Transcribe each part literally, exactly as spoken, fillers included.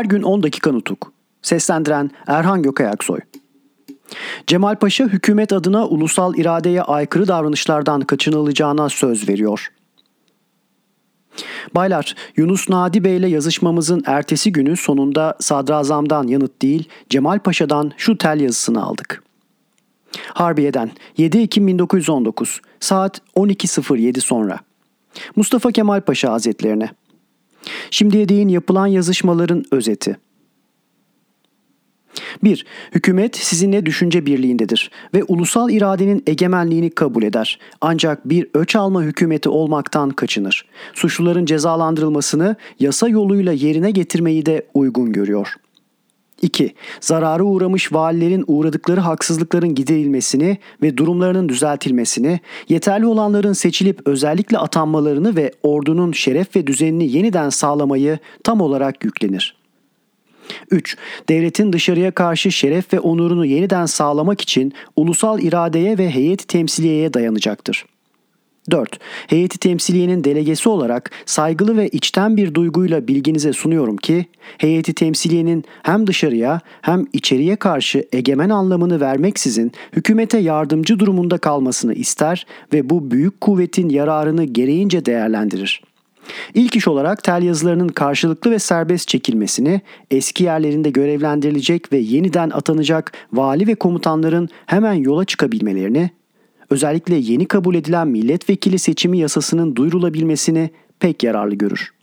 Her gün on dakika nutuk. Seslendiren Erhan Gökayaksoy. Cemal Paşa hükümet adına ulusal iradeye aykırı davranışlardan kaçınılacağına söz veriyor. Baylar, Yunus Nadi Bey ile yazışmamızın ertesi günü sonunda Sadrazam'dan yanıt değil, Cemal Paşa'dan şu tel yazısını aldık. Harbiye'den yedi Ekim bin dokuz yüz on dokuz saat on iki sıfır yedi sonra. Mustafa Kemal Paşa Hazretlerine. Şimdiye değin yapılan yazışmaların özeti. bir. Hükümet sizinle düşünce birliğindedir ve ulusal iradenin egemenliğini kabul eder. Ancak bir öç alma hükümeti olmaktan kaçınır. Suçluların cezalandırılmasını yasa yoluyla yerine getirmeyi de uygun görüyor. iki. Zarara uğramış valilerin uğradıkları haksızlıkların giderilmesini ve durumlarının düzeltilmesini, yeterli olanların seçilip özellikle atanmalarını ve ordunun şeref ve düzenini yeniden sağlamayı tam olarak yüklenir. üç. Devletin dışarıya karşı şeref ve onurunu yeniden sağlamak için ulusal iradeye ve heyet-i temsiliyeye dayanacaktır. dört. Heyet-i temsiliyenin delegesi olarak saygılı ve içten bir duyguyla bilginize sunuyorum ki, heyet-i temsiliyenin hem dışarıya hem içeriye karşı egemen anlamını vermeksizin hükümete yardımcı durumunda kalmasını ister ve bu büyük kuvvetin yararını gereğince değerlendirir. İlk iş olarak tel yazılarının karşılıklı ve serbest çekilmesini, eski yerlerinde görevlendirilecek ve yeniden atanacak vali ve komutanların hemen yola çıkabilmelerini, özellikle yeni kabul edilen milletvekili seçimi yasasının duyurulabilmesini pek yararlı görür.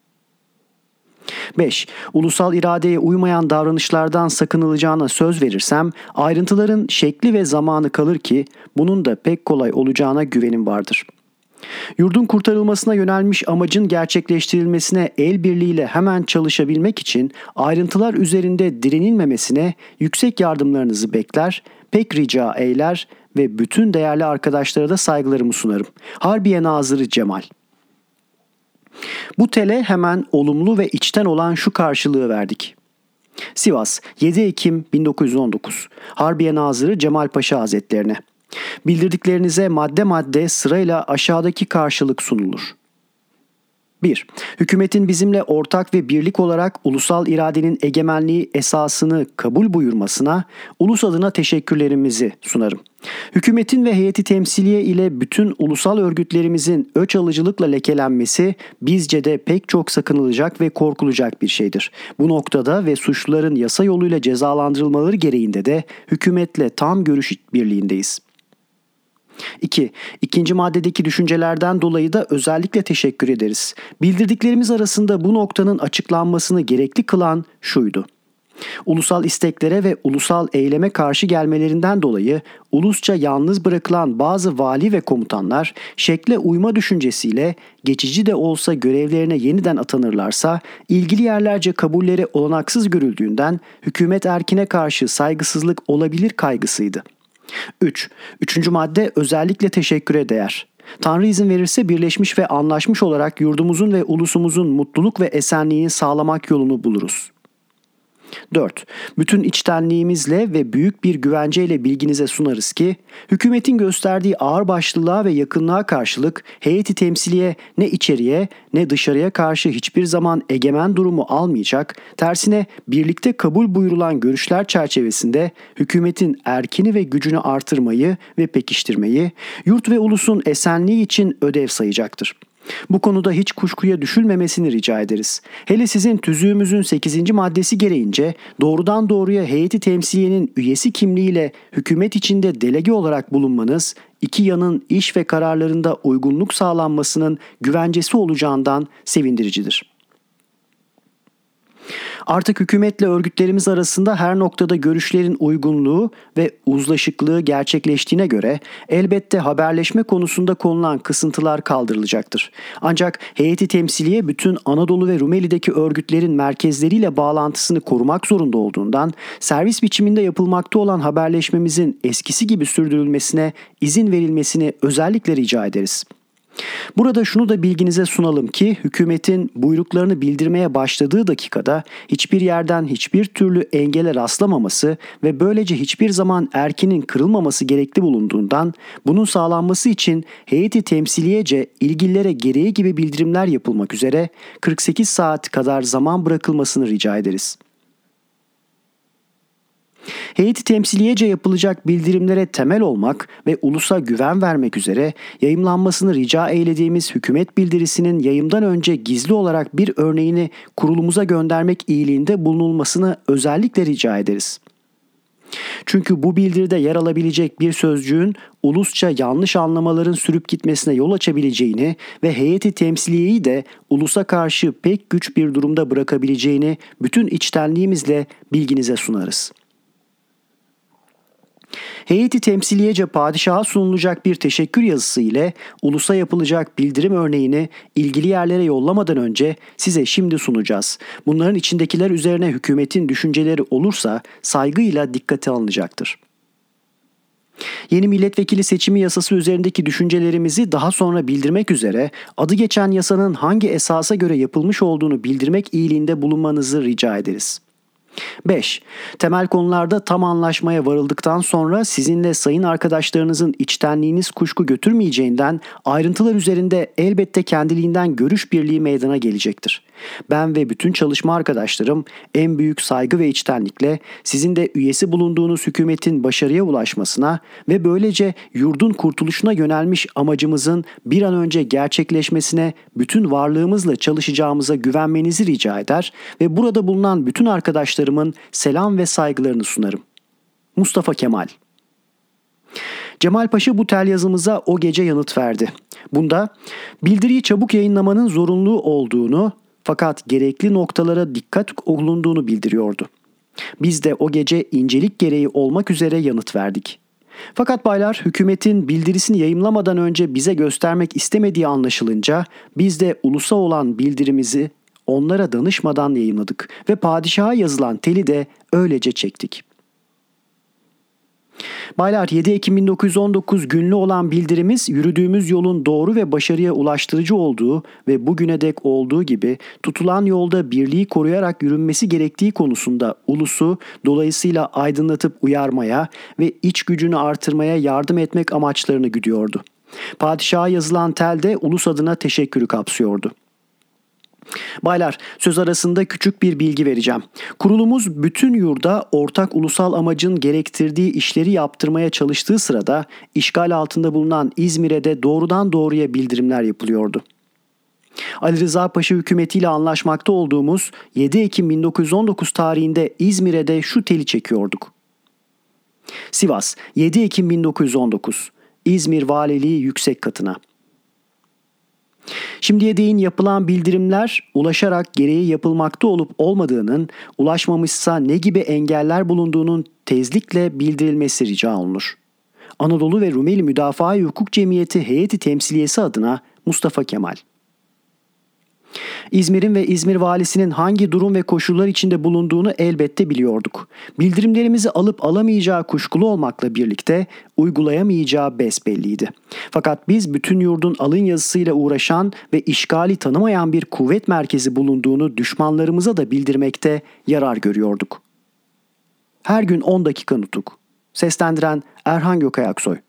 beş. Ulusal iradeye uymayan davranışlardan sakınılacağına söz verirsem, ayrıntıların şekli ve zamanı kalır ki bunun da pek kolay olacağına güvenim vardır. Yurdun kurtarılmasına yönelmiş amacın gerçekleştirilmesine el birliğiyle hemen çalışabilmek için ayrıntılar üzerinde direnilmemesine yüksek yardımlarınızı bekler, pek rica eyler ve bütün değerli arkadaşlara da saygılarımı sunarım. Harbiye Nazırı Cemal. Bu tele hemen olumlu ve içten olan şu karşılığı verdik. Sivas, yedi Ekim bin dokuz yüz on dokuz. Harbiye Nazırı Cemal Paşa Hazretlerine. Bildirdiklerinize madde madde sırayla aşağıdaki karşılık sunulur. bir. Hükümetin bizimle ortak ve birlik olarak ulusal iradenin egemenliği esasını kabul buyurmasına, ulus adına teşekkürlerimizi sunarım. Hükümetin ve heyeti temsiliye ile bütün ulusal örgütlerimizin öç alıcılıkla lekelenmesi bizce de pek çok sakınılacak ve korkulacak bir şeydir. Bu noktada ve suçluların yasa yoluyla cezalandırılmaları gereğinde de hükümetle tam görüş birliğindeyiz. iki. İkinci maddedeki düşüncelerden dolayı da özellikle teşekkür ederiz. Bildirdiklerimiz arasında bu noktanın açıklanmasını gerekli kılan şuydu. Ulusal isteklere ve ulusal eyleme karşı gelmelerinden dolayı ulusça yalnız bırakılan bazı vali ve komutanlar şekle uyma düşüncesiyle geçici de olsa görevlerine yeniden atanırlarsa ilgili yerlerce kabulleri olanaksız görüldüğünden hükümet erkine karşı saygısızlık olabilir kaygısıydı. üç. Üçüncü madde özellikle teşekküre değer. Tanrı izin verirse birleşmiş ve anlaşmış olarak yurdumuzun ve ulusumuzun mutluluk ve esenliğini sağlamak yolunu buluruz. dört. Bütün içtenliğimizle ve büyük bir güvenceyle bilginize sunarız ki, hükümetin gösterdiği ağırbaşlılığa ve yakınlığa karşılık heyeti temsiliye ne içeriye ne dışarıya karşı hiçbir zaman egemen durumu almayacak, tersine birlikte kabul buyurulan görüşler çerçevesinde hükümetin erkini ve gücünü artırmayı ve pekiştirmeyi, yurt ve ulusun esenliği için ödev sayacaktır. Bu konuda hiç kuşkuya düşülmemesini rica ederiz. Hele sizin tüzüğümüzün sekizinci maddesi gereğince doğrudan doğruya heyeti temsiliyenin üyesi kimliğiyle hükümet içinde delege olarak bulunmanız, iki yanın iş ve kararlarında uygunluk sağlanmasının güvencesi olacağından sevindiricidir. Artık hükümetle örgütlerimiz arasında her noktada görüşlerin uygunluğu ve uzlaşıklığı gerçekleştiğine göre elbette haberleşme konusunda konulan kısıntılar kaldırılacaktır. Ancak heyeti temsiliye bütün Anadolu ve Rumeli'deki örgütlerin merkezleriyle bağlantısını korumak zorunda olduğundan servis biçiminde yapılmakta olan haberleşmemizin eskisi gibi sürdürülmesine izin verilmesini özellikle rica ederiz. Burada şunu da bilginize sunalım ki hükümetin buyruklarını bildirmeye başladığı dakikada hiçbir yerden hiçbir türlü engele rastlamaması ve böylece hiçbir zaman erkinin kırılmaması gerekli bulunduğundan bunun sağlanması için heyeti temsiliyece ilgililere gereği gibi bildirimler yapılmak üzere kırk sekiz saat kadar zaman bırakılmasını rica ederiz. Heyeti temsiliyece yapılacak bildirimlere temel olmak ve ulusa güven vermek üzere yayımlanmasını rica eylediğimiz hükümet bildirisinin yayımdan önce gizli olarak bir örneğini kurulumuza göndermek iyiliğinde bulunulmasını özellikle rica ederiz. Çünkü bu bildiride yer alabilecek bir sözcüğün ulusça yanlış anlamaların sürüp gitmesine yol açabileceğini ve heyeti temsiliyeyi de ulusa karşı pek güç bir durumda bırakabileceğini bütün içtenliğimizle bilginize sunarız. Heyeti temsiliyece padişaha sunulacak bir teşekkür yazısı ile ulusa yapılacak bildirim örneğini ilgili yerlere yollamadan önce size şimdi sunacağız. Bunların içindekiler üzerine hükümetin düşünceleri olursa saygıyla dikkate alınacaktır. Yeni milletvekili seçimi yasası üzerindeki düşüncelerimizi daha sonra bildirmek üzere adı geçen yasanın hangi esasa göre yapılmış olduğunu bildirmek iyiliğinde bulunmanızı rica ederiz. beş. Temel konularda tam anlaşmaya varıldıktan sonra sizinle sayın arkadaşlarınızın içtenliğiniz kuşku götürmeyeceğinden ayrıntılar üzerinde elbette kendiliğinden görüş birliği meydana gelecektir. Ben ve bütün çalışma arkadaşlarım en büyük saygı ve içtenlikle sizin de üyesi bulunduğunuz hükümetin başarıya ulaşmasına ve böylece yurdun kurtuluşuna yönelmiş amacımızın bir an önce gerçekleşmesine bütün varlığımızla çalışacağımıza güvenmenizi rica eder ve burada bulunan bütün arkadaşlarımın selam ve saygılarını sunarım. Mustafa Kemal. Cemal Paşa bu tel yazımıza o gece yanıt verdi. Bunda bildiriyi çabuk yayınlamanın zorunlu olduğunu fakat gerekli noktalara dikkat olunduğunu bildiriyordu. Biz de o gece incelik gereği olmak üzere yanıt verdik. Fakat baylar hükümetin bildirisini yayımlamadan önce bize göstermek istemediği anlaşılınca biz de ulusa olan bildirimizi onlara danışmadan yayımladık ve padişaha yazılan teli de öylece çektik. Baylar yedi Ekim bin dokuz yüz on dokuz günlü olan bildirimiz yürüdüğümüz yolun doğru ve başarıya ulaştırıcı olduğu ve bugüne dek olduğu gibi tutulan yolda birliği koruyarak yürünmesi gerektiği konusunda ulusu dolayısıyla aydınlatıp uyarmaya ve iç gücünü artırmaya yardım etmek amaçlarını güdüyordu. Padişaha yazılan tel de ulus adına teşekkürü kapsıyordu. Baylar, söz arasında küçük bir bilgi vereceğim. Kurulumuz bütün yurda ortak ulusal amacın gerektirdiği işleri yaptırmaya çalıştığı sırada işgal altında bulunan İzmir'e de doğrudan doğruya bildirimler yapılıyordu. Ali Rıza Paşa hükümetiyle anlaşmakta olduğumuz yedi Ekim bin dokuz yüz on dokuz tarihinde İzmir'e de şu teli çekiyorduk. Sivas, yedi Ekim bin dokuz yüz on dokuz. İzmir Valiliği Yüksek Katına. Şimdiye değin yapılan bildirimler ulaşarak gereği yapılmakta olup olmadığının, ulaşmamışsa ne gibi engeller bulunduğunun tezlikle bildirilmesi rica olunur. Anadolu ve Rumeli Müdafaa-i Hukuk Cemiyeti Heyeti Temsiliyesi adına Mustafa Kemal. İzmir'in ve İzmir valisinin hangi durum ve koşullar içinde bulunduğunu elbette biliyorduk. Bildirimlerimizi alıp alamayacağı kuşkulu olmakla birlikte uygulayamayacağı besbelliydi. Fakat biz bütün yurdun alın yazısıyla uğraşan ve işgali tanımayan bir kuvvet merkezi bulunduğunu düşmanlarımıza da bildirmekte yarar görüyorduk. Her gün on dakika nutuk. Seslendiren Erhan Gökay Aksoy.